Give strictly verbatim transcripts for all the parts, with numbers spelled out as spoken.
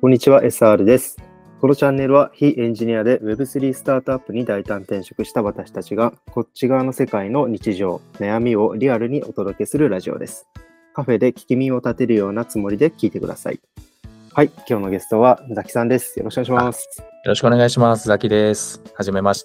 こんにちは、エスアール です。このチャンネルは非エンジニアで ウェブスリー スタートアップに大胆転職した私たちがこっち側の世界の日常、悩みをリアルにお届けするラジオです。カフェで聞き耳を立てるようなつもりで聞いてください。はい、今日のゲストはザキさんです。よろしくお願いします。 よろしくお願いします。ザキです。はじめまして。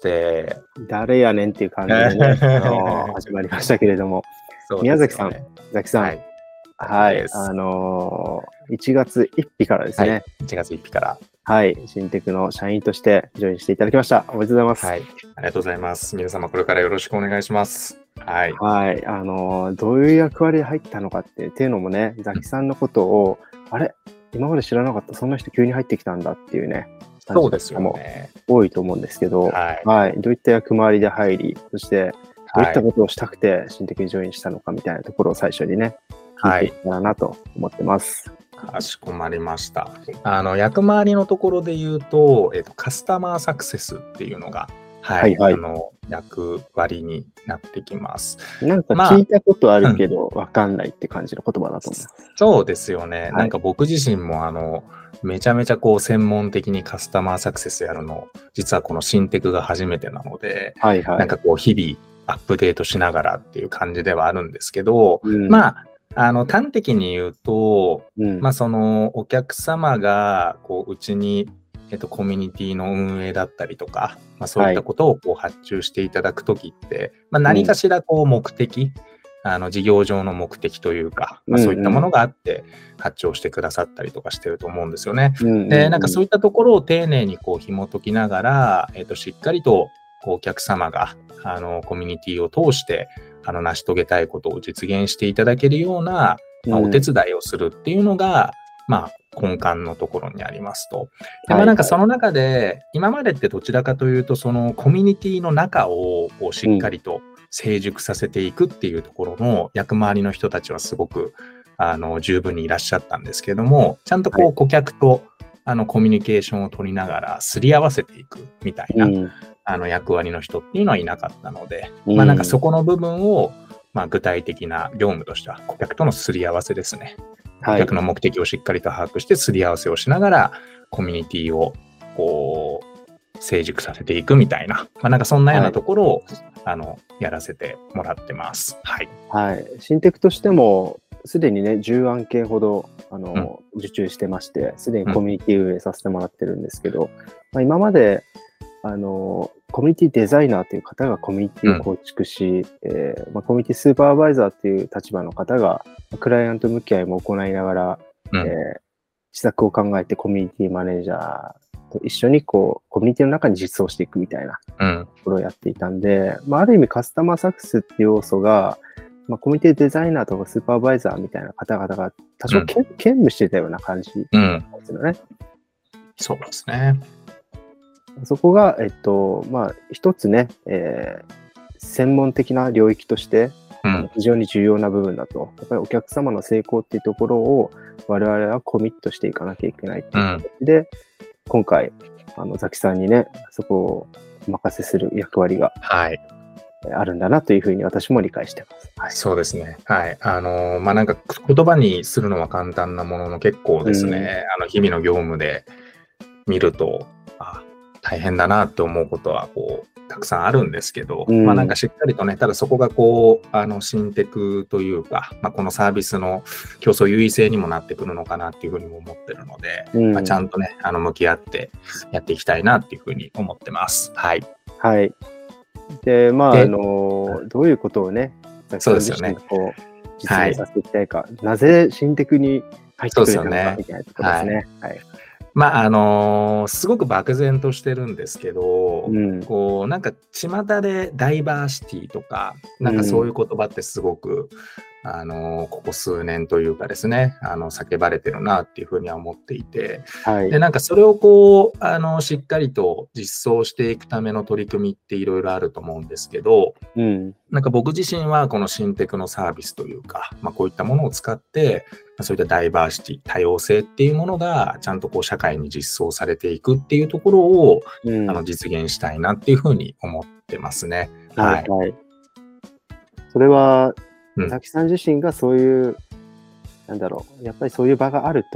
誰やねんっていう感じでね、あの始まりましたけれども、 そうですよね、 宮崎さん、ザキさん、はい、はい、あのー、いちがつついたちからですね、はい、 いちがつついたちから、 はい、新テクの社員としてジョインしていただきました。おめでとうございます。 はい、ありがとうございます。皆様これからよろしくお願いします。はい、 はい、あのー、どういう役割で入ったのかってっていうのもね、ザキさんのことを、うん、あれ今まで知らなかった、そんな人急に入ってきたんだっていうね、 そうですよね。 多いと思うんですけど、はい、はい、どういった役回りで入り、そしてどういったことをしたくて新テクにジョインしたのかみたいなところを最初にね、聞いていけたらなと思ってます。 はい、かしこまりました。あの役回りのところで言うと、えっと、カスタマーサクセスっていうのが、はいはい、あの役割になってきます。 なんか聞いたことあるけど、まあ、分かんないって感じの言葉だと思います。 そうですよね。はい、なんか僕自身もあのめちゃめちゃこう専門的にカスタマーサクセスやるの、実はこの新テクが初めてなので、はいはい、なんかこう日々アップデートしながらっていう感じではあるんですけど、うん、まああの端的に言うと、うん、まあそのお客様がこううちにえっと、コミュニティの運営だったりとか、まあ、そういったことをこう発注していただくときって、はい、まあ、何かしらこう目的、うん、あの事業上の目的というか、まあ、そういったものがあって発注をしてくださったりとかしてると思うんですよね。うんうん、で、なんかそういったところを丁寧にこう紐解きながら、えっと、しっかりとこうお客様があのコミュニティを通してあの成し遂げたいことを実現していただけるような、まあ、お手伝いをするっていうのが、うん、まあ根幹のところにありますと。で、まあなんかその中で、今までってどちらかというと、そのコミュニティの中をこうしっかりと成熟させていくっていうところの役回りの人たちはすごくあの十分にいらっしゃったんですけども、ちゃんとこう顧客とあのコミュニケーションを取りながらすり合わせていくみたいな、うん、あの役割の人っていうのはいなかったので、うん、まあなんかそこの部分をまあ具体的な業務としては顧客とのすり合わせですね。顧客の目的をしっかりと把握してすり合わせをしながらコミュニティをこう成熟させていくみたいな、まあ、なんかそんなようなところを、はい、あのやらせてもらってます。はい。 はい。新テクとしてもすでにねじゅうあんけんほどあの、うん、受注してまして、すでにコミュニティ運営させてもらってるんですけど、うんまあ、今まであのコミュニティデザイナーという方がコミュニティを構築し、うんえーまあ、コミュニティスーパーバイザーという立場の方がクライアント向き合いも行いながら、うんえー、施策を考えてコミュニティマネージャーと一緒にこうコミュニティの中に実装していくみたいなところをやっていたんで、うんまあ、ある意味カスタマーサクセスっていう要素が、まあ、コミュニティデザイナーとかスーパーバイザーみたいな方々が多少、うん、兼務してたような感じなんですよね。 うん、そうですね。 そこが、えっと、まあ、一つね、えー、専門的な領域として、うん、非常に重要な部分だと。やっぱりお客様の成功っていうところを我々はコミットしていかなきゃいけないっていう形で、うん、今回、あの、ザキさんにね、そこをお任せする役割が、はい、あるんだなというふうに私も理解してます。 はい、そうですね。はい。あのー、まあ、なんか言葉にするのは簡単なものの結構ですね、うん、あの、日々の業務で見ると、あ大変だなって思うことはこうたくさんあるんですけど、うん、まあなんかしっかりとね、ただそこがこうあの新テクというか、まあ、このサービスの競争優位性にもなってくるのかなっていうふうにも思ってるので、うんまあ、ちゃんとねあの向き合ってやっていきたいなっていうふうに思ってます。はい。 はい。でまああのどういうことをね、 そうですよね。 こう実現させていきたいか、はい、なぜ新テクに入ってくれたのかみたいなところですね。はい。はいまああのー、すごく漠然としてるんですけど、うん、こうなんか巷でダイバーシティとかなんかそういう言葉ってすごく、うん、あのー、ここ数年というかですねあの叫ばれてるなっていうふうには思っていて、はい、でなんかそれをこうあのしっかりと実装していくための取り組みっていろいろあると思うんですけど、うん、なんか僕自身はこの新テクのサービスというか、まあ、こういったものを使ってそういったダイバーシティ、多様性っていうものがちゃんとこう社会に実装されていくっていうところを、うん、あの実現したいなっていうふうに思ってますね。はい。はい、 それは、ザキさん自身がそういう、なんだろう、やっぱりそういう場があると、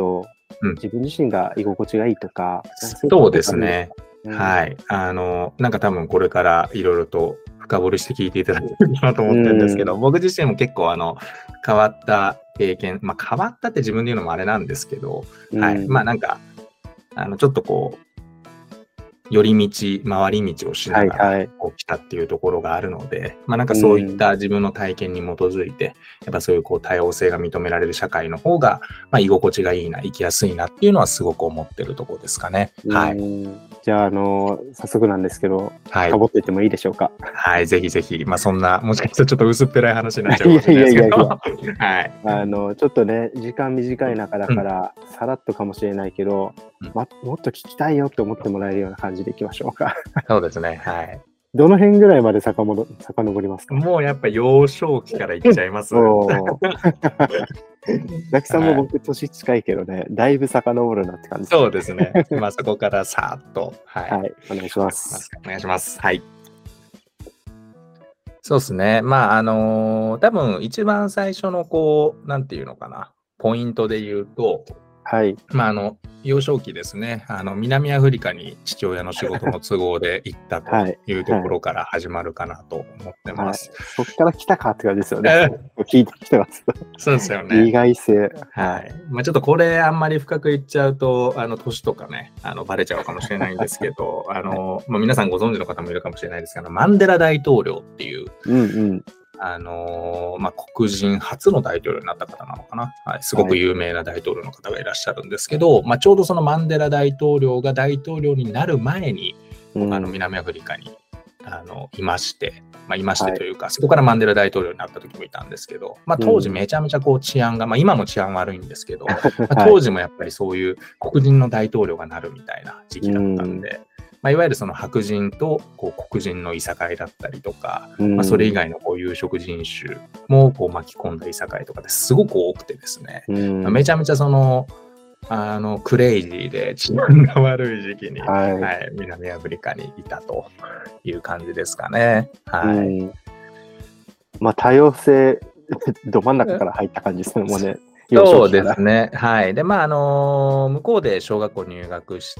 うん、自分自身が居心地がいいとか。 そうですね。うん、はい。あの、なんか多分これからいろいろと深掘りして聞いていただけるかなと思ってるんですけど、うん、僕自身も結構あの、変わった経験、まあ変わったって自分で言うのもあれなんですけど、うん、はい。まあなんか、あの、ちょっとこう、寄り道、回り道をしながら来たっていうところがあるので、はいはい、まあなんかそういった自分の体験に基づいて、やっぱそういうこう多様性が認められる社会の方が、まあ居心地がいいな、生きやすいなっていうのはすごく思ってるところですかね。はい。 じゃあ、あの、早速なんですけど、はい、かぼっていってもいいでしょうか。 はい、ぜひぜひ。まあそんな、もしかしたらちょっと薄っぺらい話になっちゃうかもしれないですけど。いやいやいやいやはい。 あの、ちょっとね、時間短い中だから、うん、さらっとかもしれないけど、うんま、もっと聞きたいよって思ってもらえるような感じでいきましょうか。 そうですね。はい。 どの辺ぐらいまで遡りますか？ もうやっぱ幼少期からいっちゃいます。 ザキさんも僕年近いけどね、はい、だいぶ遡るなって感じ、 ね。そうですね。まあそこからさーっと、 はい、はい。お願いします。 お願いします。はい。そうですね。まああのー、多分一番最初のこう、なんていうのかな、ポイントで言うと、 はい。 まああの、幼少期ですね、あの南アフリカに父親の仕事の都合で行ったというところから始まるかなと思ってます。 はいはい、そこから来たかって感じですよね。聞いてきてます。 そうですよね。 意外性。 はい。まあ、ちょっとこれあんまり深く言っちゃうと、あの年とかね、あのバレちゃうかもしれないんですけど、あの、まあ、皆さんご存知の方もいるかもしれないですけど、マンデラ大統領っていう、うんうんあのーまあ、黒人初の大統領になった方なのかな、はい、すごく有名な大統領の方がいらっしゃるんですけど、はいまあ、ちょうどそのマンデラ大統領が大統領になる前に、うん、あの南アフリカにあのいまして、まあ、いましてというか、はい、そこからマンデラ大統領になった時もいたんですけど、まあ、当時めちゃめちゃこう治安が、まあ、今も治安悪いんですけど、まあ、当時もやっぱりそういう黒人の大統領がなるみたいな時期だったんで、うんまあ、いわゆるその白人とこう黒人のいさかいだったりとか、うんまあ、それ以外のこう有色人種もこう巻き込んだいさかいとかですごく多くてですね、うんまあ、めちゃめちゃそのあのクレイジーで治安が悪い時期に、はいはい、南アフリカにいたという感じですかね。はい。 まあ多様性ど真ん中から入った感じですね、もうね。 そうですね。はい。で、まあ、あのー、向こうで小学校入学して、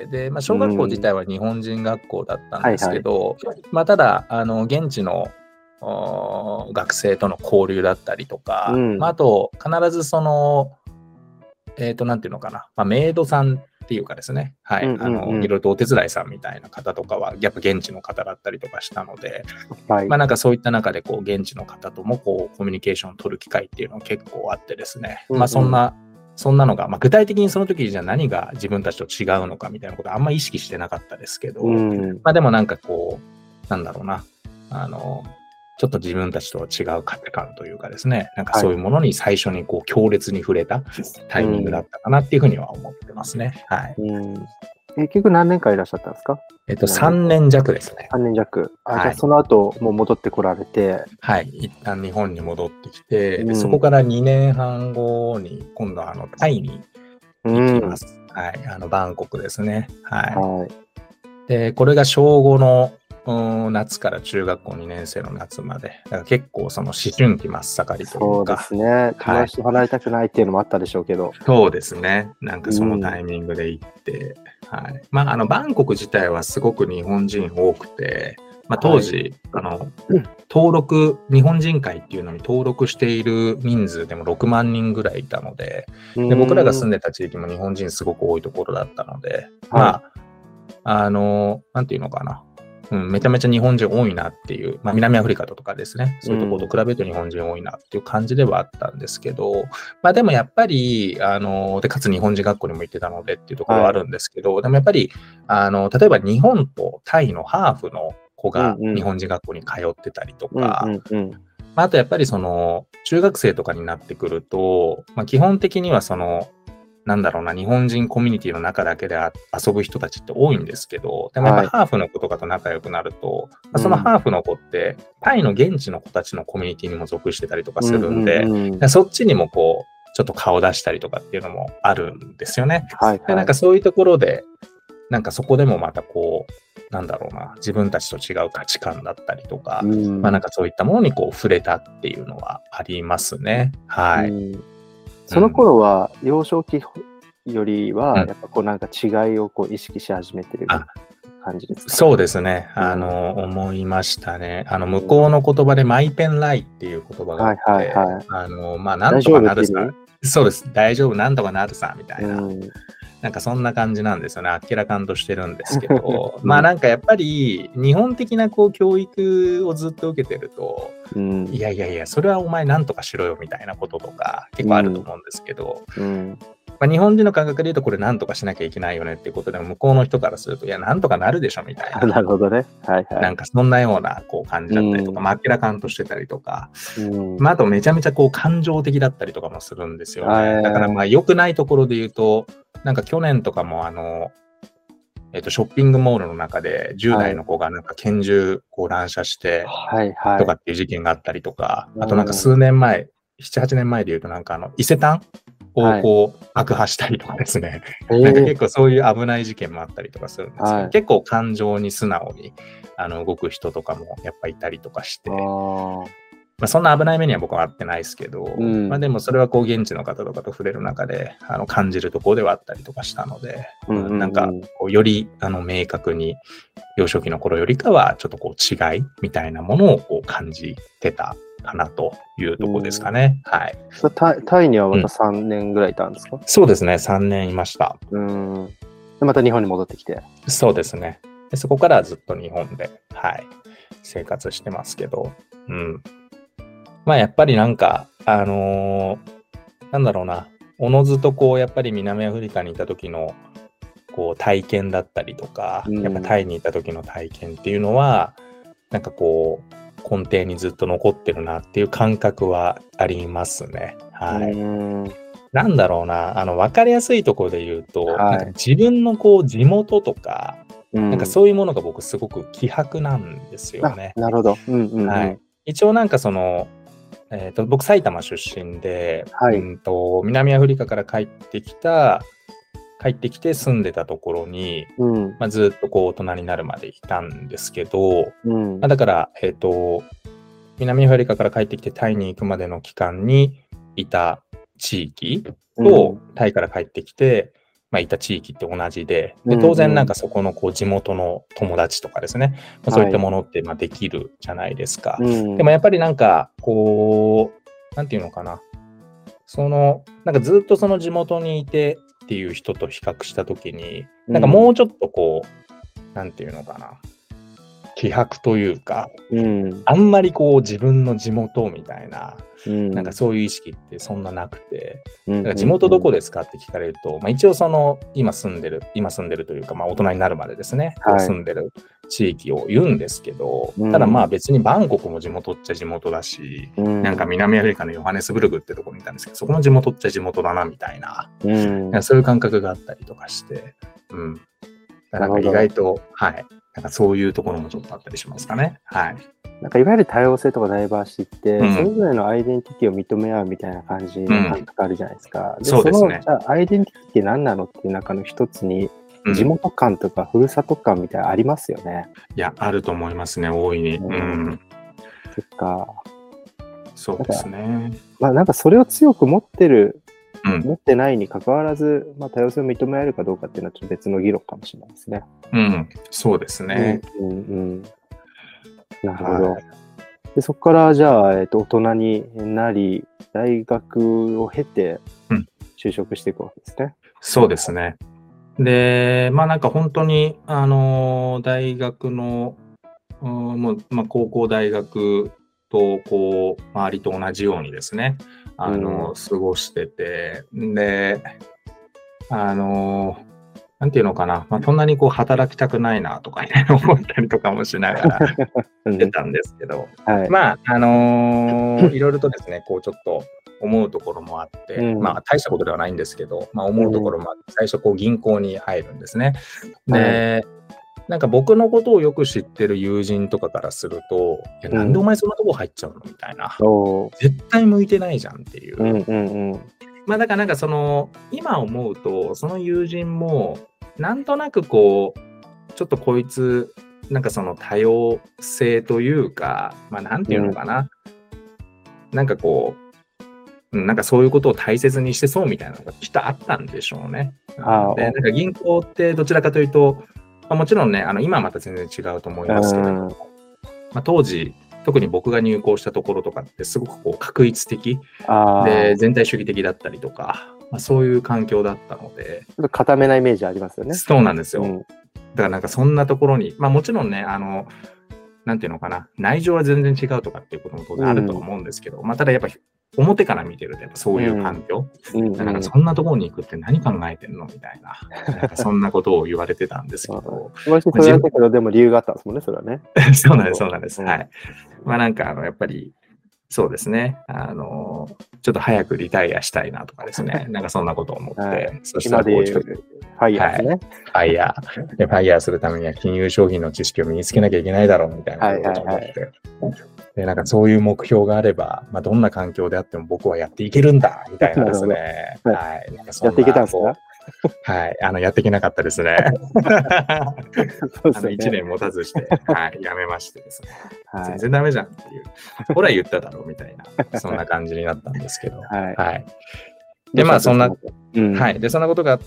で、まあ、小学校自体は日本人学校だったんですけど、はいはい、まあ、ただ、あの、現地の学生との交流だったりとか、うんまあ、あと、必ずその、えっと、なんていうのかな、まあ、メイドさんっていうかですね、はい、うんうんうん、あの、いろいろとお手伝いさんみたいな方とかは、やっぱ現地の方だったりとかしたので、はい、まあなんかそういった中で、こう、現地の方とも、こう、コミュニケーションを取る機会っていうのは結構あってですね、うんうん、まあそんな、そんなのが、まあ具体的にその時じゃあ何が自分たちと違うのかみたいなことはあんまり意識してなかったですけど、うん、まあでもなんかこう、なんだろうな、あの、ちょっと自分たちとは違う価値観というかですね、なんかそういうものに最初にこう強烈に触れたタイミングだったかなっていうふうには思ってますね。はい。 うん、え結局何年間いらっしゃったんですか？ えっと、さんねん弱ですね。 さんねん弱。あ、はい、じゃあその後もう戻ってこられて。 はい。一旦日本に戻ってきて、うん、でそこからにねんはんごに今度はあのタイに行きます。うん、はい。あの、バンコクですね。はい。はい、で、これが小ごの夏から中学校にねん生の夏まで、だから結構その思春期真っ盛りというか。 そうですね。友達と離れたくないっていうのもあったでしょうけど。はい、 そうですね。なんかそのタイミングで行って、うん、はい。まあ、あの、バンコク自体はすごく日本人多くて、まあ、当時、はい、あの、登録、日本人会っていうのに登録している人数でもろくまんにんぐらいいたので、で僕らが住んでた地域も日本人すごく多いところだったので、まあ、はい、あの、なんていうのかな。うん、めちゃめちゃ日本人多いなっていう、まあ、南アフリカとかですね、そういうところと比べると日本人多いなっていう感じではあったんですけど、まあでもやっぱり、あの、で、かつ日本人学校にも行ってたのでっていうところはあるんですけど、はい、でもやっぱり、あの、例えば日本とタイのハーフの子が日本人学校に通ってたりとか、うんうんうんまあ、あとやっぱりその、中学生とかになってくると、まあ、基本的にはその、なんだろうな、日本人コミュニティの中だけで遊ぶ人たちって多いんですけど、でもやっぱハーフの子とかと仲良くなると、はい、そのハーフの子って、タイの現地の子たちのコミュニティにも属してたりとかするんで、うんうんうん、そっちにもこう、ちょっと顔出したりとかっていうのもあるんですよね。はいはい、でなんかそういうところで、なんかそこでもまたこう、なんだろうな、自分たちと違う価値観だったりとか、うん、まあなんかそういったものにこう触れたっていうのはありますね。はい。うんその頃は幼少期よりは、やっぱこうなんか違いをこう意識し始めてる感じですか？ そうですね。あの、うん、思いましたね。あの、向こうの言葉でマイペンライっていう言葉があって、はいはいはい、あの、まあ、なんとかなるさ。そうです。大丈夫、なんとかなるさ、みたいな。うん、なんかそんな感じなんですよね。あっけらかんとしてるんですけど、うん、まあなんかやっぱり日本的なこう教育をずっと受けてると、うん、いやいやいや、それはお前なんとかしろよみたいなこととか結構あると思うんですけど、うんうんまあ、日本人の感覚で言うとこれなんとかしなきゃいけないよねっていうことでも向こうの人からするといやなんとかなるでしょみたいな。 なるほどね。はいはい。 なんかそんなようなこう感じだったりとか、うん、まあ、明らかんとしてたりとか、うんまあ、あとめちゃめちゃこう感情的だったりとかもするんですよね。だからまあ良くないところで言うとなんか去年とかもあの、えっと、ショッピングモールの中でじゅう代の子がなんか拳銃こう乱射してとかっていう事件があったりとか、はいはい、あとなんか数年前、なな、はちねんまえで言うとなんかあの伊勢丹をこう爆破したりとかですね、はい、なんか結構そういう危ない事件もあったりとかするんですけど、はい、結構感情に素直にあの動く人とかもやっぱいたりとかして、まあ、そんな危ない目には僕は会ってないですけど、うん、まあでもそれはこう現地の方とかと触れる中であの感じるところではあったりとかしたので、うんうんうん、なんかこうよりあの明確に幼少期の頃よりかはちょっとこう違いみたいなものをこう感じてたかなというところですかね。はい。 タイ、タイにはまたさんねんぐらいいたんですか？うん、 そうですね、さんねんいました。 うんでまた日本に戻ってきて。 そうですね。でそこからずっと日本で、はい、生活してますけど、うん。まあやっぱりなんか、あのー、なんだろうな、おのずとこう、やっぱり南アフリカにいた時のこう体験だったりとか、うん、やっぱタイにいた時の体験っていうのは、なんかこう、根底にずっと残ってるなっていう感覚はありますね。はい。うんなんだろうな、あの、わかりやすいところで言うと、はい、なんか自分のこう、地元とか、うん、なんかそういうものが僕すごく希薄なんですよね。 なるほど。うんうんうん、はい。 一応なんかその、えーと、僕埼玉出身で、はいうんと、南アフリカから帰ってきた、帰ってきて住んでたところに、うんまあ、ずっとこう大人になるまでいたんですけど、うんまあ、だから、えーと、南アフリカから帰ってきてタイに行くまでの期間にいた地域と、うん、タイから帰ってきて、まあ、いた地域って同じで、で当然なんかそこのこう地元の友達とかですね、まあ、そういったものってまあできるじゃないですか。はい、でもやっぱりなんかこう、なんていうのかな、その、なんかずっとその地元にいてっていう人と比較したときに、なんかもうちょっとこう、うん、なんていうのかな、希薄というか、うん、あんまりこう自分の地元みたいな、うん、なんかそういう意識ってそんななくて、うん、だから地元どこですかって聞かれると、まあ、一応その今住んでる、今住んでるというか、まあ大人になるまでですね、はい、住んでる地域を言うんですけど、うん、ただまあ別にバンコクも地元っちゃ地元だし、うん、なんか南アフリカのヨハネスブルグってとこにいたんですけど、そこも地元っちゃ地元だなみたいな、うん、そういう感覚があったりとかして、うん。だから意外と、はい。なんかそういうところもちょっとあったりしますかね。はい。 なんかいわゆる多様性とかダイバーシティって、うん、それぞれのアイデンティティを認め合うみたいな感じの感覚あるじゃないですか。うん、でそうですね。そのじゃあアイデンティティって何なのっていう中の一つに、地元感とかふるさと感みたいなのありますよね。 うん、いや、あると思いますね、大いに。うん。うん、 そっか。 そうですね。 まあなんかそれを強く持ってる、うん、持ってないに関わらず、まあ、多様性を認められるかどうかっていうのはちょっと別の議論かもしれないですね。 うん、そうですね。 うんうんうんなるほど。はい、でそこからじゃあ、えーと、大人になり、大学を経て就職していくわけですね。うん、 そうですね。で、まあなんか本当に、あのー、大学の、うんもうまあ、高校大学とこう周りと同じようにですね、あのーうん、過ごしてて、で、あのーなんていうのかな、まあ、そんなにこう働きたくないなとか、ね、思ったりとかもしながらしてたんですけど、はい、まあ、あのー、いろいろとですね、こうちょっと思うところもあって、うん、まあ大したことではないんですけど、まあ思うところもあって、最初こう銀行に入るんですね。で、はいなんか僕のことをよく知ってる友人とかからすると、いやなんでお前そんなとこ入っちゃうのみたいな、うん、絶対向いてないじゃんっていう。うんうんうんまあだからなんかその今思うとその友人もなんとなくこうちょっとこいつなんかその多様性というかまあなんていうのかな、うん、なんかこなんかそういうことを大切にしてそうみたいなのがきっとあったんでしょうね。 あで、なんか銀行ってどちらかというと、まあ、もちろんね、あの今はまた全然違うと思いますけれども、まあ、当時、特に僕が入行したところとかってすごくこう画一的で全体主義的だったりとか、まあ、そういう環境だったので、 ちょっと固めなイメージありますよね。 そうなんですよ。うん、だからなんかそんなところに、まあもちろんね、あの、なんていうのかな、内情は全然違うとかっていうことも当然あると思うんですけど、うん、まあただやっぱ表から見てるとやっぱそういう環境、うん、だからそんなところに行くって何考えてんのみたいな、なんかそんなことを言われてたんですけど。 それだけど、でも理由があったんですもんね、それはね。 そうなんです、そうなんです。はい。まあなんかあの、やっぱり、そうですね。あの、ちょっと早くリタイアしたいなとかですね。なんかそんなことを思って、はい、そしたらこうちょっと、ファイヤーですね。 はい、ファイヤー。で、ファイヤーするためには金融商品の知識を身につけなきゃいけないだろうみたいなことを思って。で、なんかそういう目標があれば、まあどんな環境であっても僕はやっていけるんだみたいなですね。はい。なんかそんなやっていけたんですか？ はい。あの、やっていけなかったですね。そうですね。いちねん持たずして、はい、やめましてですね。はい、全然ダメじゃんっていう。ほら言っただろうみたいな、そんな感じになったんですけど。はい。はい、で、まあ、そんな、うん、はい。で、そんなことがあって、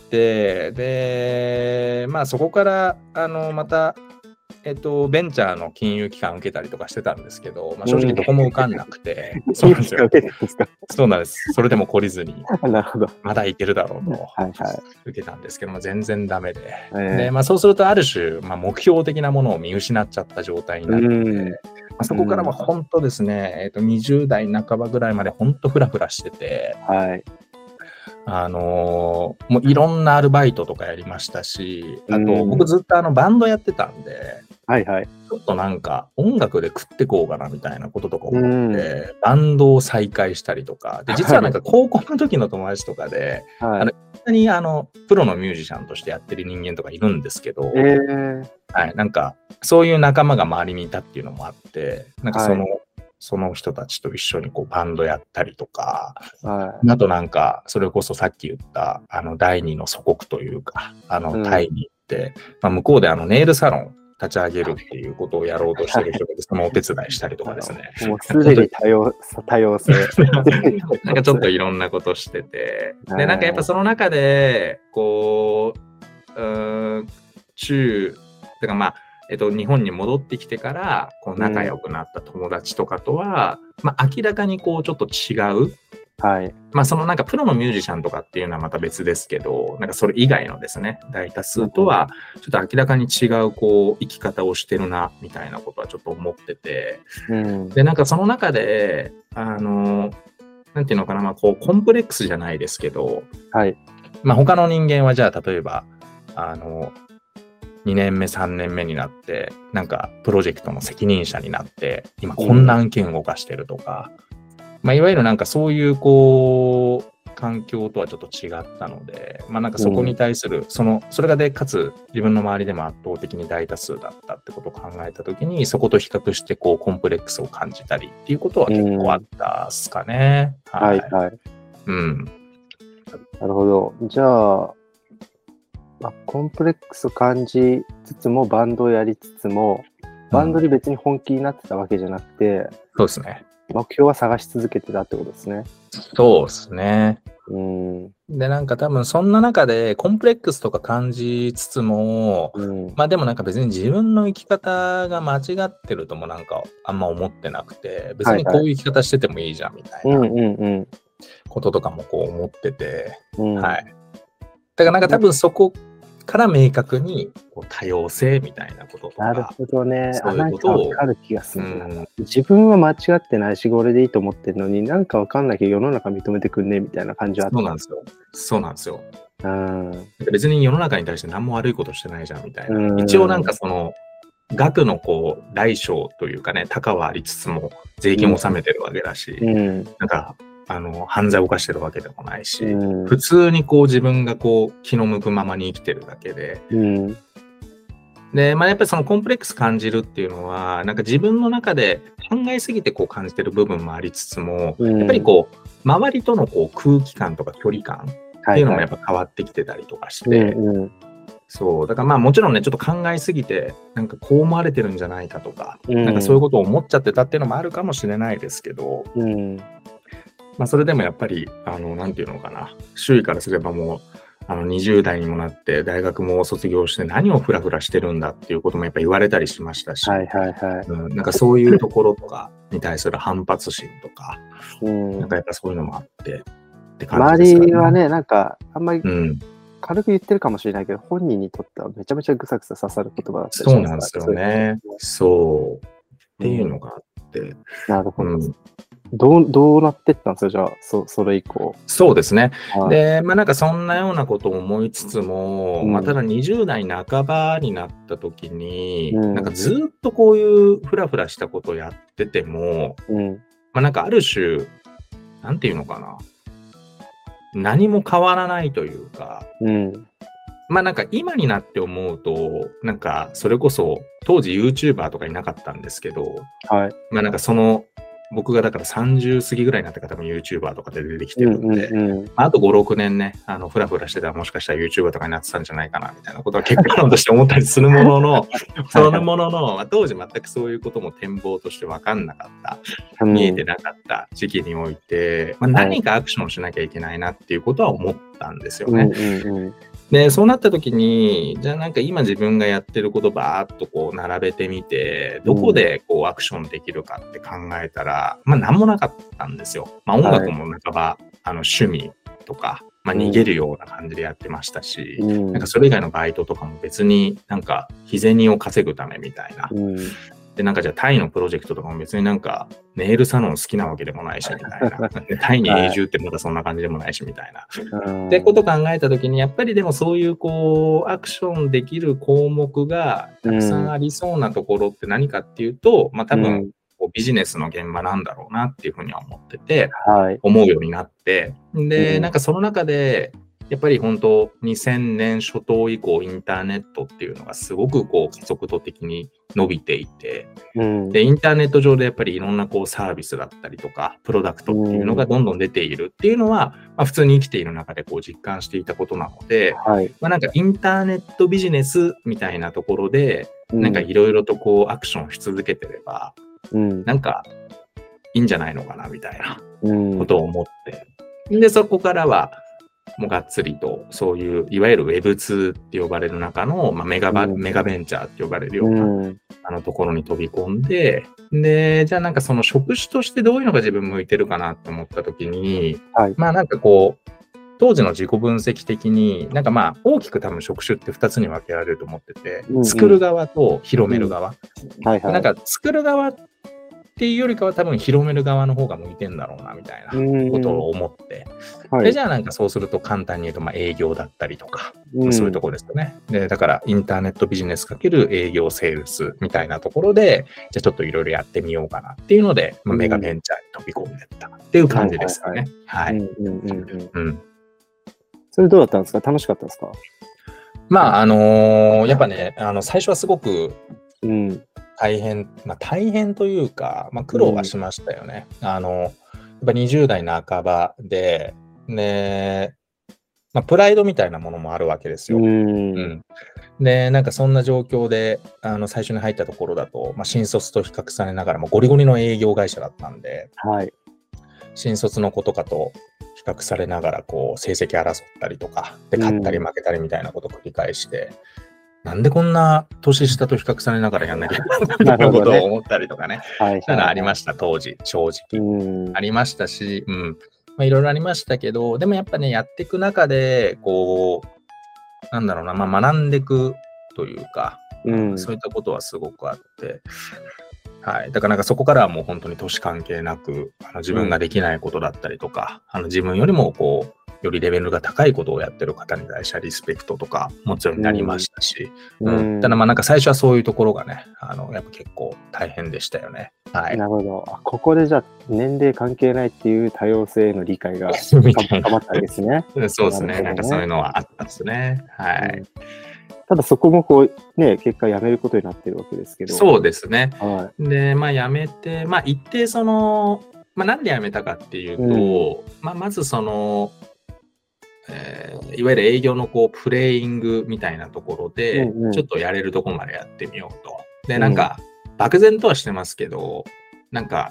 で、まあ、そこから、あの、また、えっと、ベンチャーの金融機関を受けたりとかしてたんですけど、まあ、正直どこも受かんなくて、 うん、そうなんですよ。 そうなんです。それでも懲りずに、 なるほど、 まだいけるだろうと受けたんですけども、全然ダメで。はい、で、まあ、そうするとある種、まあ、目標的なものを見失っちゃった状態になって、うんまあ、そこからは本当ですね、えっと、にじゅう代半ばぐらいまで本当フラフラしてて、はい。あのー、もういろんなアルバイトとかやりましたし、あと僕ずっとあのバンドやってたんで、はいはい、ちょっとなんか音楽で食ってこうかなみたいなこととか思って、バンドを再開したりとか、で実はなんか高校の時の友達とかで、はい、あのにあのプロのミュージシャンとしてやってる人間とかいるんですけど、えーはい、なんかそういう仲間が周りにいたっていうのもあって、なんかその、はいその人たちと一緒にこうバンドやったりとか、はい、あとなんか、それこそさっき言った、あの、第二の祖国というか、あの、タイに行って、うんまあ、向こうであの、ネイルサロン立ち上げるっていうことをやろうとしてる人が、そのお手伝いしたりとかですね。 もうすでに多様、多様性。 なんかちょっといろんなことしてて、で、なんかやっぱその中で、こう、うーん、中、てかまあ、えっと、日本に戻ってきてからこう仲良くなった友達とかとは、うんまあ、明らかにこうちょっと違う、はいまあ、そのなんかプロのミュージシャンとかっていうのはまた別ですけど、なんかそれ以外のですね大多数とはちょっと明らかに違うこう生き方をしてるなみたいなことはちょっと思ってて、うん、でなんかその中であのなんていうのかな、まあ、こうコンプレックスじゃないですけど、はいまあ、他の人間はじゃあ例えばあのにねんめさんねんめになってなんかプロジェクトの責任者になって今こんな案件を動かしてるとか、うんまあ、いわゆるなんかそういうこう環境とはちょっと違ったので、まあなんかそこに対する、うん、そのそれがでかつ自分の周りでも圧倒的に大多数だったってことを考えたときにそこと比較してこうコンプレックスを感じたりっていうことは結構あったっすかね、 うん、はいはい、はい、うんなるほど。じゃあまあ、コンプレックスを感じつつもバンドをやりつつもバンドに別に本気になってたわけじゃなくて、うん、 そうですね目標は探し続けてたってことですね。 そうですね。うん、でなんか多分そんな中でコンプレックスとか感じつつも、うん、まあでもなんか別に自分の生き方が間違ってるともなんかあんま思ってなくて別にこういう生き方しててもいいじゃんみたいなこととかもこう思ってて、うん、はい。だからなんか多分そこから明確にこう多様性みたいなこととか。 なるほどね。そういうことを分かる気がする、うん。自分は間違ってないし、これでいいと思ってるのに、なんか分かんないけど世の中認めてくんねみたいな感じはあった。 そうなんですよ。そうなんですよ。うん、別に世の中に対して何も悪いことしてないじゃんみたいな。うん、一応なんかその額のこう大小というかね、高はありつつも税金を納めてるわけだし、うん、なんかあの犯罪を犯してるわけでもないし、うん、普通にこう自分がこう気の向くままに生きてるだけで、うん、で、まあ、やっぱりそのコンプレックス感じるっていうのはなんか自分の中で考えすぎてこう感じてる部分もありつつも、うん、やっぱりこう周りとのこう空気感とか距離感っていうのもやっぱ変わってきてたりとかして、はいはいうんうん、そうだからまあもちろんねちょっと考えすぎてなんかこう思われてるんじゃないかとか、うん、なんかそういうことを思っちゃってたっていうのもあるかもしれないですけど、うんまあ、それでもやっぱり、あの、なんていうのかな、周囲からすればもう、あの、にじゅう代にもなって、大学も卒業して何をフラフラしてるんだっていうこともやっぱ言われたりしましたし、 はいはいはい。 うん、なんかそういうところとかに対する反発心とか、 うん、 なんかやっぱそういうのもあってって感じですかね。 周りはね、なんか、あんまり、 うん軽く言ってるかもしれないけど、本人にとってはめちゃめちゃぐさぐさ刺さる言葉だったりそうなんですよね。そう。っていうのがあって。うん、 なるほど。うんどう、どうなってったんですよ、じゃあ、そ、それ以降。 そうですね。はい、で、まあなんかそんなようなことを思いつつも、うん、まあただにじゅう代半ばになった時に、うん、なんかずっとこういうフラフラしたことをやってても、うん、まあなんかある種、なんていうのかな。何も変わらないというか、うん、まあなんか今になって思うと、なんかそれこそ当時 YouTuber とかいなかったんですけど、はい、まあなんかその僕がだからさんじゅう過ぎぐらいになってから多分 YouTuber とかで出てきてるんで、うんうんうん、あとご、ろくねんね、あの、ふらふらしてたらもしかしたら YouTuber とかになってたんじゃないかなみたいなことは結果論として思ったりするものの、そのものの、まあ、当時全くそういうことも展望として分かんなかった、見えてなかった時期において、まあ、何かアクションしなきゃいけないなっていうことは思ったんですよね。うんうんうんで、そうなった時に、じゃあなんか今自分がやってることバーっとこう並べてみて、どこでこうアクションできるかって考えたら、まあ何もなかったんですよ。まあ音楽も半ば、はい、あの趣味とか、まあ逃げるような感じでやってましたし、うん、なんかそれ以外のバイトとかも別になんか日銭を稼ぐためみたいな。うんで、なんかじゃあタイのプロジェクトとかも別になんかネイルサロン好きなわけでもないしみたいな。タイに永住ってまだそんな感じでもないしみたいな。ってこと考えたときにやっぱりでもそういうこうアクションできる項目がたくさんありそうなところって何かっていうと、うん、まあ多分こうビジネスの現場なんだろうなっていうふうには思ってて、はい、思うようになって、で、うん、なんかその中でやっぱり本当にせんねん初頭以降インターネットっていうのがすごくこう加速度的に伸びていて、うん、でインターネット上でやっぱりいろんなこうサービスだったりとかプロダクトっていうのがどんどん出ているっていうのは、まあ、普通に生きている中でこう実感していたことなので、はい、まあ、なんかインターネットビジネスみたいなところで、うん、なんかいろいろとこうアクションし続けてれば、うん、なんかいいんじゃないのかなみたいなことを思って、うん、でそこからはもうがっつりとそういういわゆる ウェブツー って呼ばれる中の、まあ、メガバ、うん、メガベンチャーって呼ばれるような、うん、あのところに飛び込んで、で、じゃあなんかその職種としてどういうのが自分向いてるかなって思った時に、はい、まあなんかこう、当時の自己分析的に、なんかまあ大きく多分職種ってふたつに分けられると思ってて、うんうん、作る側と広める側。うんはいはい、なんか作る側っていうよりかは多分広める側の方が向いてんだろうなみたいなことを思って、はい、でじゃあなんかそうすると簡単に言うとまあ営業だったりとか、うん、そういうところですよね。でだからインターネットビジネスかける営業セールスみたいなところでじゃあちょっといろいろやってみようかなっていうので、まあ、メガベンチャーに飛び込んでったっていう感じですよね。はい。 それどうだったんですか？楽しかったですか？ まああのー、やっぱねあの最初はすごく、うん大変、まあ大変というか、まあ苦労はしましたよね。うん、あの、やっぱにじゅう代半ばで、ね、まあプライドみたいなものもあるわけですよ。うんうん、で、なんかそんな状況で、あの、最初に入ったところだと、まあ新卒と比較されながらもゴリゴリの営業会社だったんで、はい、新卒の子とかと比較されながら、こう、成績争ったりとか、で、勝ったり負けたりみたいなことを繰り返して、うんなんでこんな年下と比較されながらやんなきゃいけないんだみたいなことを思ったりとかね。そういうのありました、当時、正直。ありましたし、うん。まあいろいろありましたけど、でもやっぱね、やっていく中で、こう、なんだろうな、まあ学んでいくというか、うん、そういったことはすごくあって、はい。だからなんかそこからはもう本当に年関係なく、あの自分ができないことだったりとか、うん、あの自分よりもこう、よりレベルが高いことをやってる方に対してはリスペクトとかもちろんなりましたし、うんうん、ただまあなんか最初はそういうところがね、あのやっぱ結構大変でしたよね。はい。 なるほど。あここでじゃあ年齢関係ないっていう多様性への理解が深まったんですね。 そうですね。なんかそういうのはあったんですね。はい。うんただそこもこうね、結果辞めることになってるわけですけど。 そうですね。はい、で、まあ辞めて、まあ一定その、まあなんで辞めたかっていうと、うん、まあまずその、えー、いわゆる営業のこうプレイングみたいなところで、うんうん、ちょっとやれるところまでやってみようと。で、なんか、うん、漠然とはしてますけど、なんか、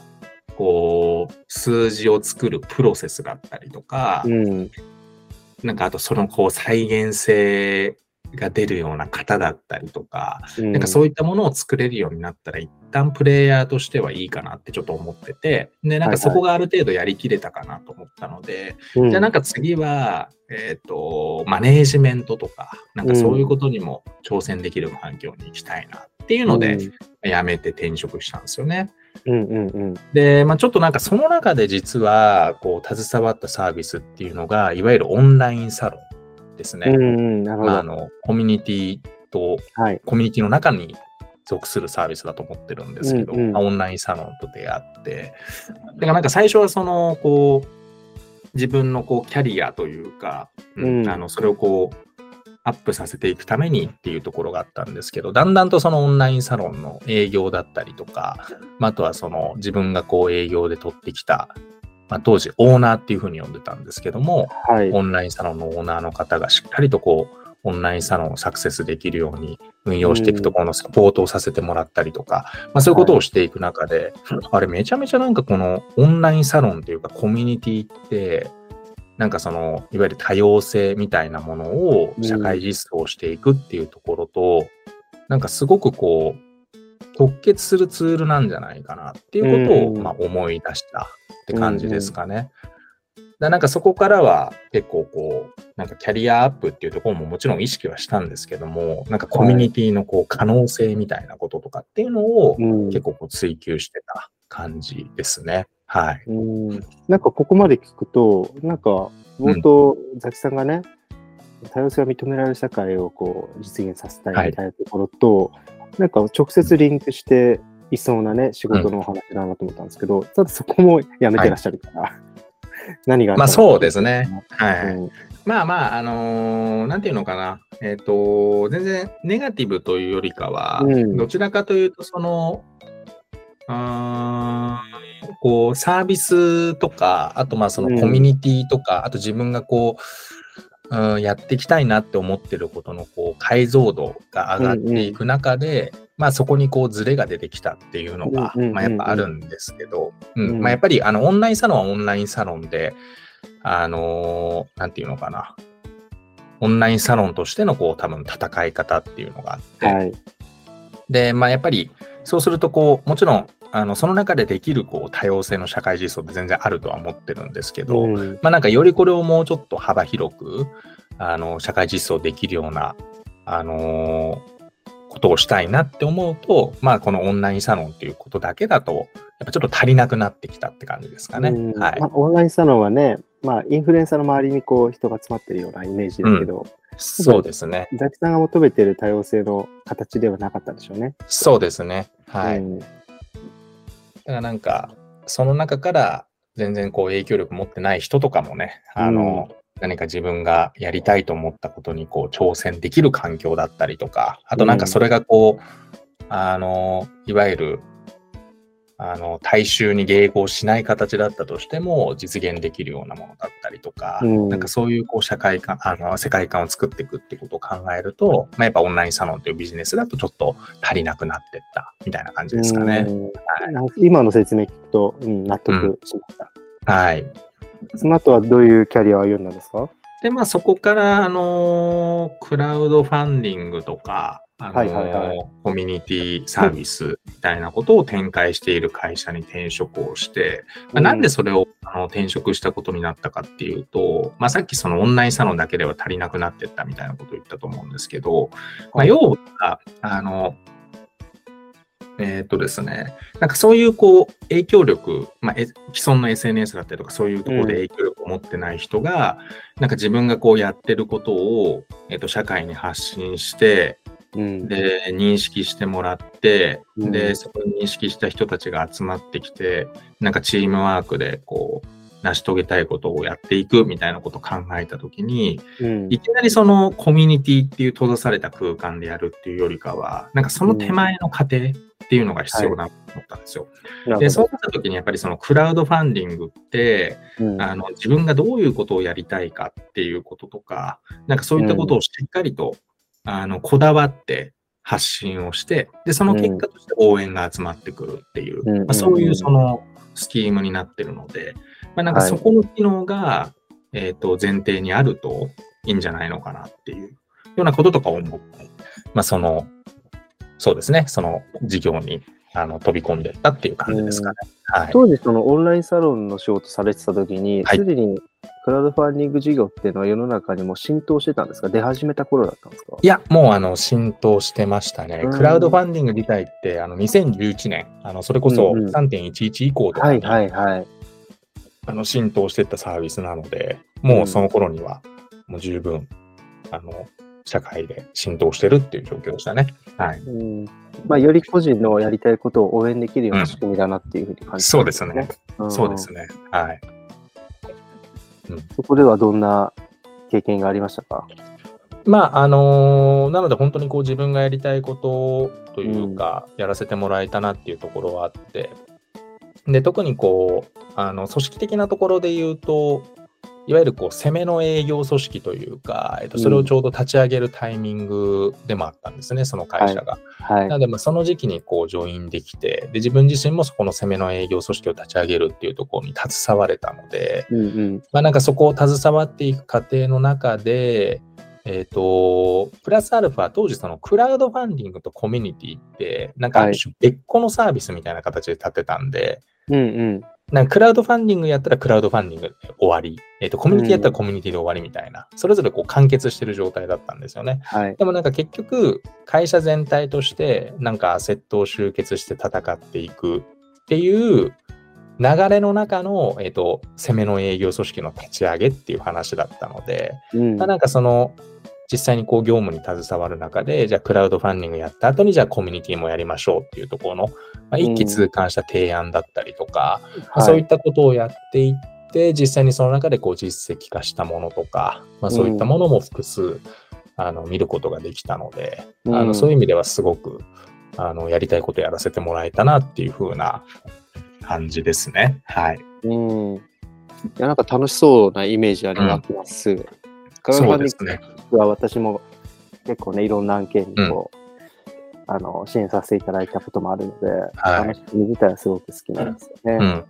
こう、数字を作るプロセスだったりとか、うん、なんかあとそのこう再現性が出るような型だったりとか、うん、なんかそういったものを作れるようになったら一旦プレイヤーとしてはいいかなってちょっと思ってて、で、なんかそこがある程度やりきれたかなと思ったので、はいはい、じゃあなんか次は、えっと、マネージメントとか、なんかそういうことにも挑戦できる環境に行きたいなっていうので、うん、辞めて転職したんですよね。 うんうんうん、 で、まあ、ちょっとなんかその中で実はこう携わったサービスっていうのがいわゆるオンラインサロンですね。 うんうん、なるほど。 まあ、あのコミュニティと、はい、コミュニティの中に属するサービスだと思ってるんですけど、うんうん、オンラインサロンと出会って、だからなんか最初はそのこう自分のこうキャリアというか、うんうん、あのそれをこうアップさせていくためにっていうところがあったんですけど、だんだんとそのオンラインサロンの営業だったりとか、まあ、あとはその自分がこう営業で取ってきた、まあ、当時オーナーっていうふうに呼んでたんですけども、はい、オンラインサロンのオーナーの方がしっかりとこうオンラインサロンをサクセスできるように運用していくところのサポートをさせてもらったりとか、まあ、そういうことをしていく中で、はい、あれめちゃめちゃなんかこのオンラインサロンっていうかコミュニティってなんかそのいわゆる多様性みたいなものを社会実装していくっていうところと、うん、なんかすごくこう直結するツールなんじゃないかなっていうことを、うん、まあ思い出したって感じですかね。うんうん、だなんかそこからは結構こうなんかキャリアアップっていうところももちろん意識はしたんですけども、なんかコミュニティのこう可能性みたいなこととかっていうのを結構こう追求してた感じですね。はい。 うん、なんかここまで聞くと、なんか冒頭、うん、ザキさんがね、多様性が認められる社会をこう実現させたいみたいなところと、はい、なんか直接リンクしていそうなね、仕事のお話だなと思ったんですけど、うん、ただそこもやめてらっしゃるから、はい、何があったのか。 まあそうですね。はい。うん、まあまあ、あのー、なんていうのかな、えっと、全然ネガティブというよりかは、うん、どちらかというと、その、あこうサービスとか、あとまあそのコミュニティとか、うん、あと自分がこう、うん、やっていきたいなって思ってることのこう解像度が上がっていく中で、うんうん、まあそこにこうズレが出てきたっていうのが、うんうんうんうん、まあやっぱあるんですけど、うんうん、まあやっぱりあのオンラインサロンはオンラインサロンで、あのー、なんていうのかな、オンラインサロンとしてのこう多分戦い方っていうのがあって、はい、で、まあやっぱりそうするとこう、もちろんあのその中でできるこう多様性の社会実装って全然あるとは思ってるんですけど、うん、まあなんかよりこれをもうちょっと幅広くあの社会実装できるような、あのー、ことをしたいなって思うと、まあこのオンラインサロンっていうことだけだとやっぱちょっと足りなくなってきたって感じですかね。うん、はい。 まあ、オンラインサロンはね、まあインフルエンサーの周りにこう人が集まってるようなイメージだけど、うん、 そうですね。 ザキさんが求めている多様性の形ではなかったでしょうね。 そうですね。はい。うん、だからなんかその中から全然こう影響力持ってない人とかもね、あの、うん、何か自分がやりたいと思ったことにこう挑戦できる環境だったりとか、あとなんかそれがこう、うん、あのいわゆるあの大衆に迎合しない形だったとしても実現できるようなものだったりとか、うん、なんかそういうこう社会観、あの世界観を作っていくってことを考えると、まあ、やっぱオンラインサロンというビジネスだとちょっと足りなくなっていったみたいな感じですかね。 はい、今の説明聞くと、うん、納得しました、 うん。はい。 その後はどういうキャリアを歩んだんですか？ で、まあそこからあのクラウドファンディングとか、あのーはいはいはい、コミュニティサービスみたいなことを展開している会社に転職をして、まあ、なんでそれをあの転職したことになったかっていうと、まあ、さっきそのオンラインサロンだけでは足りなくなっていったみたいなことを言ったと思うんですけど、まあ、要は、あの、えーっとですね、なんかそういうこう影響力、まあ、既存の エスエヌエス だったりとかそういうところで影響力を持ってない人が、うん、なんか自分がこうやってることを、えーっと社会に発信して、うん、で認識してもらって、うん、でそこに認識した人たちが集まってきてなんかチームワークでこう成し遂げたいことをやっていくみたいなことを考えたときに、うん、いきなりそのコミュニティっていう閉ざされた空間でやるっていうよりかはなんかその手前の過程っていうのが必要だと思ったんですよ。はい、でそうなったときにやっぱりそのクラウドファンディングって、うん、あの自分がどういうことをやりたいかっていうこととかなんかそういったことをしっかりと、うん、あのこだわって発信をしてでその結果として応援が集まってくるっていう、うんまあ、そういうそのスキームになってるので、まあ、なんかそこの機能が、はい、えっと、前提にあるといいんじゃないのかなっていうようなこととかを思って、まあ、その、そうですね、その事業にあの飛び込んでいったっていう感じですかね。はい、 当時、そのオンラインサロンの仕事されてた時に、すで、はい、にクラウドファンディング事業っていうのは世の中にも浸透してたんですか？出始めた頃だったんですか？ いや、もうあの浸透してましたね。クラウドファンディング自体ってあのにせんじゅういちねん、あのそれこそ さんてんいちいち 以降とかに、 はいはいはい、 あの浸透していったサービスなので、もうその頃にはもう十分、あの社会で浸透してるっていう状況でしたね。はい。 うん、まあ、より個人のやりたいことを応援できるような仕組みだなっていうふうに感じます、ね、 そうですね。うん、そうですね。はい、 うん。そこではどんな経験がありましたか？ まあ、あのー、なので本当にこう自分がやりたいことというか、やらせてもらえたなっていうところはあって、で、特にこう、あの、組織的なところで言うと、いわゆるこう攻めの営業組織というか、えっと、それをちょうど立ち上げるタイミングでもあったんですね、その会社が。はいはい、なので、まあ、その時期にこうジョインできてで、自分自身もそこの攻めの営業組織を立ち上げるっていうところに携われたので、うんうん、まあ、なんかそこを携わっていく過程の中で、えっと、プラスアルファ、当時そのクラウドファンディングとコミュニティって、なんかある種別個のサービスみたいな形で立てたんで、うんうんなんかクラウドファンディングやったらクラウドファンディングで終わり、えっと、コミュニティやったらコミュニティで終わりみたいな、うん、それぞれこう完結してる状態だったんですよね。はい、でもなんか結局、会社全体としてなんかアセットを集結して戦っていくっていう流れの中の、えっと、攻めの営業組織の立ち上げっていう話だったので、うんまあ、なんかその、実際にこう業務に携わる中で、じゃあクラウドファンディングやった後にじゃあコミュニティもやりましょうっていうところの、まあ、一気通貫した提案だったりとか、うんまあ、そういったことをやっていって、はい、実際にその中でこう実績化したものとか、まあ、そういったものも複数、うん、あの見ることができたので、うん、あのそういう意味ではすごくあのやりたいことやらせてもらえたなっていう風な感じですね。はい。 うん。いやなんか楽しそうなイメージあります。うんそうですね。 は私も結構ねいろんな案件にこう、うん、あの支援させていただいたこともあるので、はい、楽しみ自体はすごく好きなんですよね。うん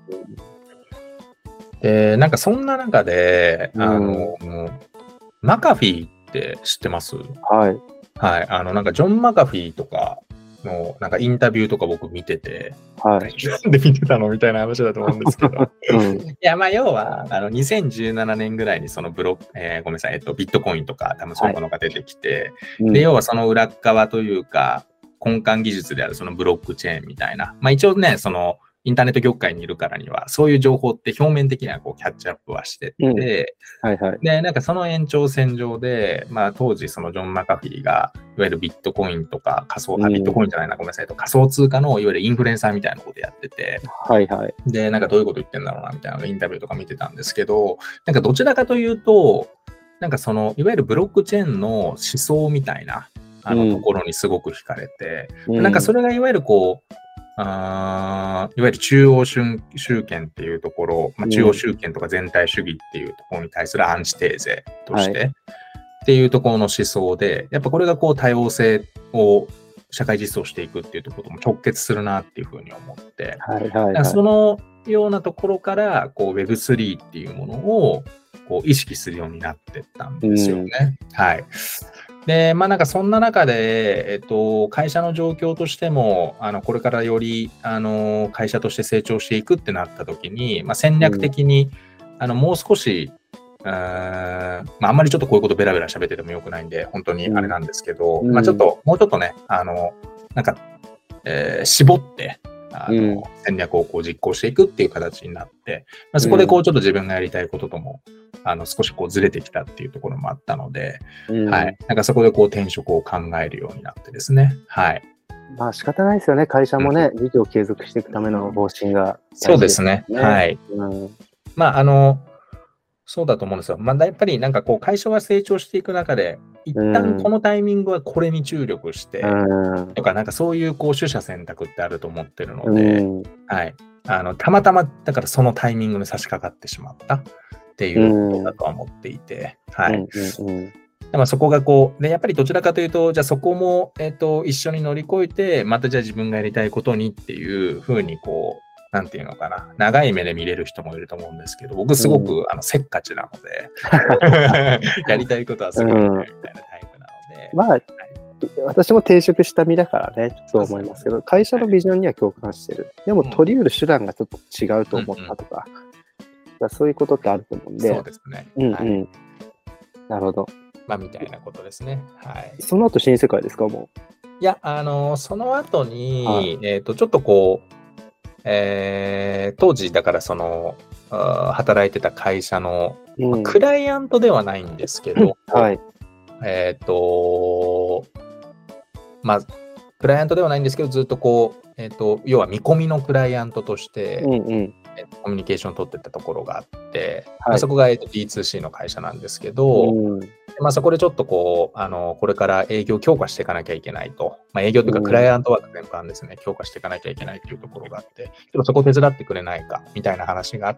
でなんかそんな中で、うん、あのマカフィーって知ってます？はい。はい。あのなんかジョン・マカフィーとかのなんかインタビューとか僕見てて、はい、なんで見てたのみたいな話だと思うんですけど、うん、いやまあ要はあのにせんじゅうななねんぐらいにそのブロック、えー、ごめんなさい、えっと、ビットコインとか多分そういうものが出てきて、はい、で要はその裏側というか根幹技術であるそのブロックチェーンみたいな、まあ一応ねそのインターネット業界にいるからにはそういう情報って表面的にはこうキャッチアップはしてて、うんはいはい、でなんかその延長線上で、まあ、当時そのジョン・マカフィーがいわゆるビットコインとか仮想、うん、あビットコインじゃないなごめんなさいと仮想通貨のいわゆるインフルエンサーみたいなことやってて、はいはい、でなんかどういうこと言ってんだろうなみたいなインタビューとか見てたんですけど、なんかどちらかというとなんかそのいわゆるブロックチェーンの思想みたいなあのところにすごく惹かれて、うん、なんかそれがいわゆるこうあいわゆる中央集権っていうところ、まあ、中央集権とか全体主義っていうところに対するアンチテーゼとして、はい、っていうところの思想で、やっぱこれがこう多様性を社会実装していくっていうところとも直結するなっていうふうに思って、はいはいはい、そのようなところからこう ウェブスリー っていうものをこう意識するようになってったんですよね。うん、はい。で、まあなんかそんな中で、えっと、会社の状況としても、あの、これからより、あの、会社として成長していくってなった時に、まあ戦略的に、うん、あの、もう少し、あまああんまりちょっとこういうことベラベラ喋っててもよくないんで、本当にあれなんですけど、うん、まあちょっと、もうちょっとね、あの、なんか、えー、絞って、あの、うん、戦略をこう実行していくっていう形になって、まあ、そこでこうちょっと自分がやりたいこととも、あの少しこうずれてきたっていうところもあったので、うん、はい。なんかそこでこう転職を考えるようになってですね。はい。 まあ仕方ないですよね。会社もね、うん、事業を継続していくための方針が、 ね。そうですね。はい。うん、まああの、そうだと思うんですよ。まあやっぱりなんかこう会社が成長していく中で、一旦このタイミングはこれに注力して、うん、とかなんかそういうこう取捨選択ってあると思ってるので、うん、はい。あの、たまたまだからそのタイミングに差し掛かってしまったっていうことだとは思っていて、うん、はい。うんうんうんでもそこがこう、で、やっぱりどちらかというと、じゃあそこも、えっと、一緒に乗り越えて、またじゃあ自分がやりたいことにっていうふうにこなんていうのかな、長い目で見れる人もいると思うんですけど、僕すごく、うん、あのせっかちなので、やりたいことはすぐやりたいみたいなタイプなので。 まあ、はい、私も転職した身だからね、そう思いますけど、会社のビジョンには共感してる。でも、取り得る手段がちょっと違うと思ったとか、うんうん、そういうことってあると思うんで。 そうですね。 うんうん。はい、なるほど。 まあ、みたいなことですね。はい。 その後、新世界ですか、もう。 いや、あのー、その後に、はい、えっと、ちょっとこう、えー、当時、だからその、働いてた会社の、うんまあ、クライアントではないんですけど、 うん、はい。 えっと、まあ、クライアントではないんですけど、ずっとこう、えっと、要は見込みのクライアントとして、うんうんえー、コミュニケーションを取ってたところがあって、はいまあ、そこが ディーツーシー の会社なんですけど、うんまあ、そこでちょっとこう、あの、これから営業強化していかなきゃいけないと。まあ、営業というか、クライアントワーク全般ですね、強化していかなきゃいけないというところがあって、ちょっとそこ手伝ってくれないか、みたいな話があって、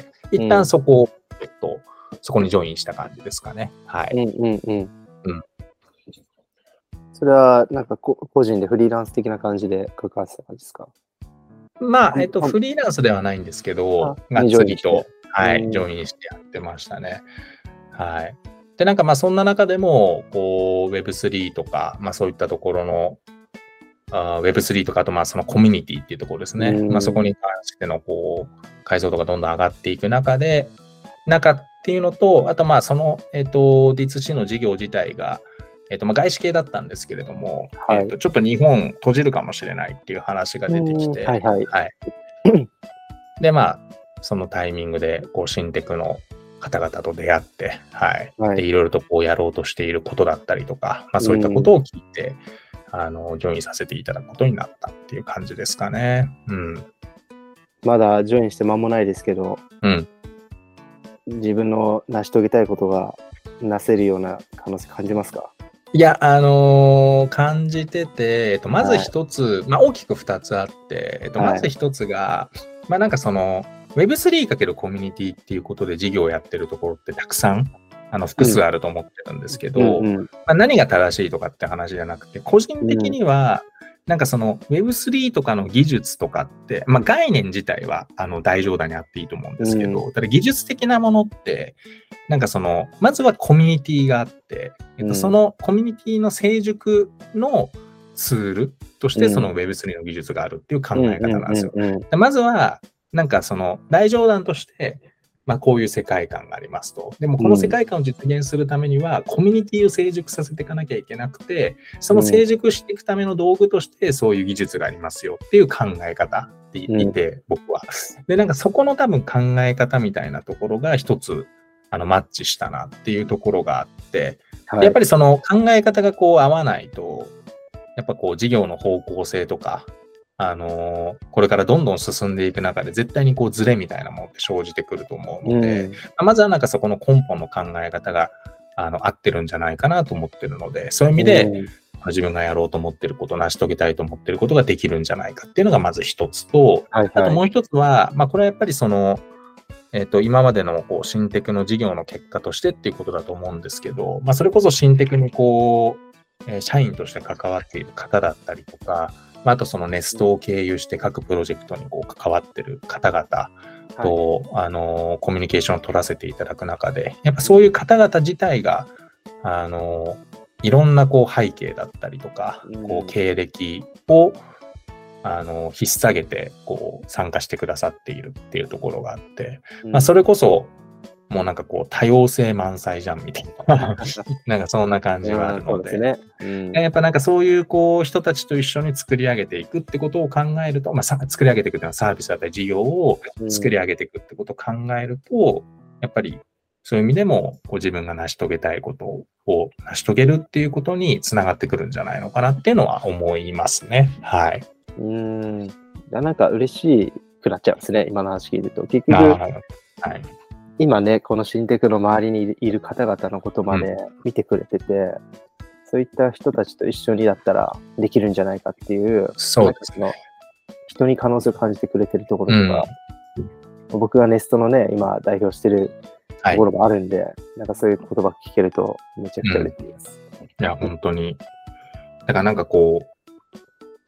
一旦そこを、えっと、そこにジョインした感じですかね。はい。 うんうんうん。うん。それは、なんかこ、個人でフリーランス的な感じで関わってた感じですか？ まあ、えっと、フリーランスではないんですけど、がっつりと、はい、ジョインしてやってましたね。はい。で、なんかまあそんな中でも、こう ウェブスリー とか、まあそういったところの、あ ウェブスリー とか、あとまあそのコミュニティっていうところですね。まあそこに関してのこう、解像度がどんどん上がっていく中で、中っていうのと、あとまあその、えっと、ディーツーシー の事業自体が、えっとまあ外資系だったんですけれども、はい、えっとちょっと日本閉じるかもしれないっていう話が出てきて、 はいはい。 はい、でまあ、そのタイミングで、こう、新テクの方々と出会って、はい。はい、で、いろいろとこうやろうとしていることだったりとか、まあそういったことを聞いて、あの、ジョインさせていただくことになったっていう感じですかね。うん。 まだジョインして間もないですけど、 うん。 自分の成し遂げたいことがなせるような可能性感じますか？ いや、あのー、感じてて、えっと、まず一つ、はい、まあ大きく二つあって、えっと、まず一つが、はい、まあなんかその、ウェブスリー× コミュニティっていうことで事業をやってるところってたくさん、あの、複数あると思ってるんですけど、うんうんうん、まあ、何が正しいとかって話じゃなくて、個人的には、なんかその ウェブスリー とかの技術とかって、まあ概念自体はあの大冗談にあっていいと思うんですけど、うん、ただ技術的なものって、なんかその、まずはコミュニティがあって、えっと、そのコミュニティの成熟のツールとしてその ウェブスリー の技術があるっていう考え方なんですよ。まずは、なんかその大冗談として、まあこういう世界観がありますと。でもこの世界観を実現するためには、コミュニティを成熟させていかなきゃいけなくて、その成熟していくための道具としてそういう技術がありますよっていう考え方でいて、僕は。で、なんかそこの多分考え方みたいなところが一つ、あのマッチしたなっていうところがあって、はい、やっぱりその考え方がこう合わないと、やっぱこう事業の方向性とか、あのー、これからどんどん進んでいく中で絶対にこうズレみたいなものって生じてくると思うので、うん、まずはなんかそこの根本の考え方があの合ってるんじゃないかなと思ってるので、そういう意味で、うん、自分がやろうと思ってること、成し遂げたいと思ってることができるんじゃないかっていうのがまず一つと、はいはい、あともう一つは、まあこれはやっぱりその、えっと、今までのこう新テクの事業の結果としてっていうことだと思うんですけど、まあそれこそ新テクにこう、えー、社員として関わっている方だったりとか、あとそのネストを経由して各プロジェクトにこう関わってる方々と、はい、あのコミュニケーションを取らせていただく中で、やっぱそういう方々自体があのいろんなこう背景だったりとか、こう経歴をあの引っ提げてこう参加してくださっているっていうところがあって、まあ、それこそもうなんかこう多様性満載じゃんみたいななんかそんな感じはあるので、 ねうん、 やっぱなんかそういうこう人たちと一緒に作り上げていくってことを考えると、まあ、作り上げていくというのはサービスだったり事業を作り上げていくってことを考えると、やっぱりそういう意味でもこう自分が成し遂げたいことを成し遂げるっていうことにつながってくるんじゃないのかなっていうのは思いますね。はい。 うーん。なんか嬉しくなっちゃうんですね、今の話聞いると。結局、はい、今ね、この新テクの周りにいる方々のことまで見てくれてて、うん、そういった人たちと一緒にだったらできるんじゃないかっていう、 そうですね。 人に可能性を感じてくれてるところとか、うん、僕がネストのね、今代表してるところもあるんで、はい、なんかそういう言葉聞けるとめちゃくちゃ嬉しいです。 うん、いや、本当に。だからなんかこう、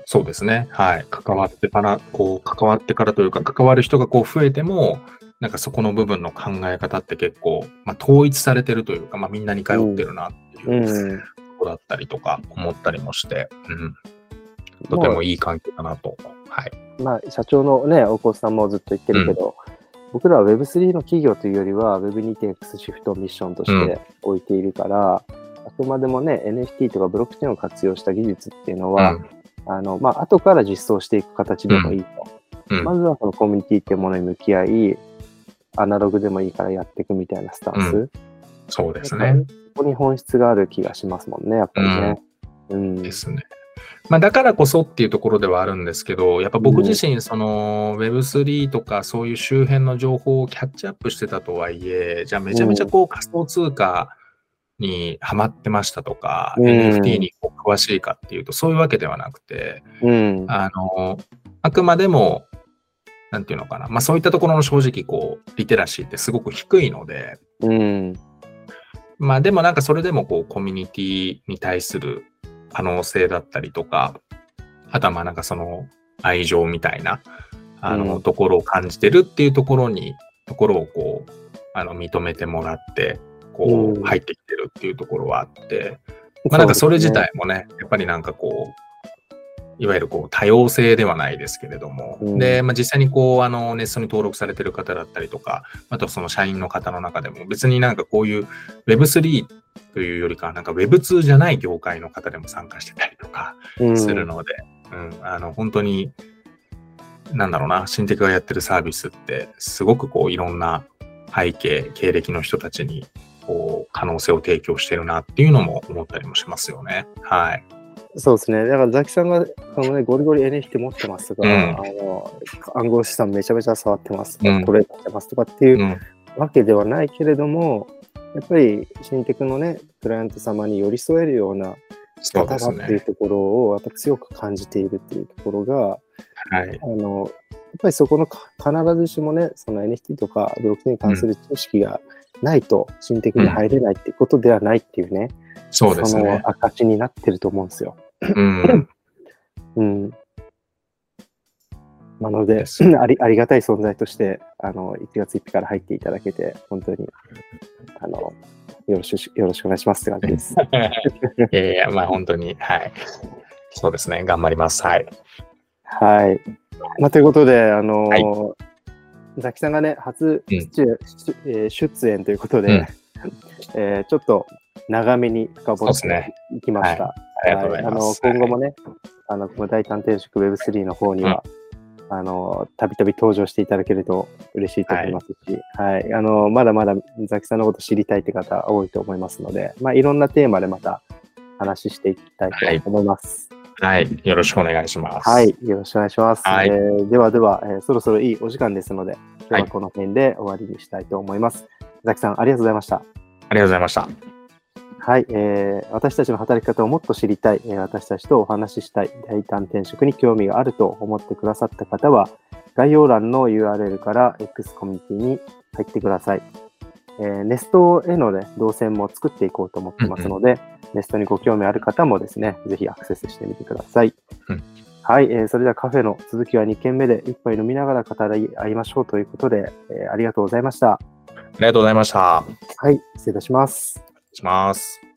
そうですね。はい。関わってから、こう、関わってからというか、関わる人がこう増えても、なんかそこの部分の考え方って結構、まあ、統一されてるというか、まあ、みんなに通ってるなっていうところだったりとか思ったりもして、うん、とてもいい関係だなと。はい。 まあ、社長のね、大越さんもずっと言ってるけど、うん、僕らは ウェブスリー の企業というよりは ウェブにてんエックス シフトをミッションとして置いているから、うん、あくまでもね、エヌエフティー とかブロックチェーンを活用した技術っていうのは、うん、あの、まあ、後から実装していく形でもいいと。うん、まずはそのコミュニティっていうものに向き合い、アナログでもいいからやっていくみたいなスタンス。うん、 そうですね。 ここに本質がある気がしますもんね、やっぱりね。 うん。うん、ですね。まあ、だからこそっていうところではあるんですけど、やっぱ僕自身、その ウェブスリー とかそういう周辺の情報をキャッチアップしてたとはいえ、じゃあめちゃめちゃこう仮想通貨にハマってましたとか、うん、エヌエフティー にこう詳しいかっていうと、そういうわけではなくて、うん、あの、あくまでも、なんていうのかな、まあそういったところの正直こう、リテラシーってすごく低いので、うん、まあでもなんかそれでもこう、コミュニティに対する可能性だったりとか、あとはまあなんかその愛情みたいな、あの、うん、ところを感じてるっていうところに、ところをこう、あの、認めてもらって、こう、入ってきてるっていうところはあって、うん、まあなんかそれ自体もね、やっぱりなんかこう、いわゆるこう多様性ではないですけれども、うん、で、まあ、実際にこう、あの、ネストに登録されてる方だったりとか、あとその社員の方の中でも別になんかこういう ウェブスリー というよりか、なんか ウェブツー じゃない業界の方でも参加してたりとかするので、うん、うん、あの、本当に、なんだろうな、シンテクがやってるサービスって、すごくこう、いろんな背景、経歴の人たちに、こう、可能性を提供してるなっていうのも思ったりもしますよね。はい。 そうですね。だからザキさんがこのねゴリゴリ エヌエフティー 持ってますが、うん、あの暗号資産めちゃめちゃ触ってますとか、うん、トレードしてますとかっていうわけではないけれども、やっぱりシンテクのねクライアント様に寄り添えるような方だっていうところを私強く感じているっていうところが、はい、あのやっぱりそこの必ずしもねその エヌエフティー とかブロックチェーンに関する知識がないとシンテクに入れないっていうことではないっていうね。うんそうですね。 その証になってると思うんですよ。うん。うん。なのであり、ありがたい存在として、あの、いちがつついたちから入っていただけて、本当に、あの、よろしく、よろしくお願いしますって感じです。 いやいや、まあ本当に、はい。そうですね。頑張ります。はい。 はい。まあ、ということで、あの、はい、ザキさんがね、初出,、うん、出演ということで、うんえー、ちょっと、長めに深掘っていきました。はい、 ありがとうございます。 あの今後もね、あのこの大胆転職 ウェブスリー の方には、うん、あのたびたび登場していただけると嬉しいと思いますし、はいはい、あのまだまだザキさんのこと知りたいって方多いと思いますので、まあ、いろんなテーマでまた話していきたいと思います。 はい、はい、よろしくお願いします。 はい、よろしくお願いします。はいえー、ではでは、えー、そろそろいいお時間ですので、今日はこの辺で終わりにしたいと思います。ザキさん、ありがとうございました。ありがとうございました。 はい、えー、私たちの働き方をもっと知りたい、えー、私たちとお話ししたい、大胆転職に興味があると思ってくださった方は、概要欄の ユーアールエル から X コミュニティに入ってください。えー、ネストへの、ね、動線も作っていこうと思ってますので、うんうん、ネストにご興味ある方もですね、ぜひアクセスしてみてください。うん、はい、えー、それではカフェの続きはにけんめで一杯飲みながら語り合いましょうということで、えー、ありがとうございました。 ありがとうございました。 はい、失礼いたします。 します。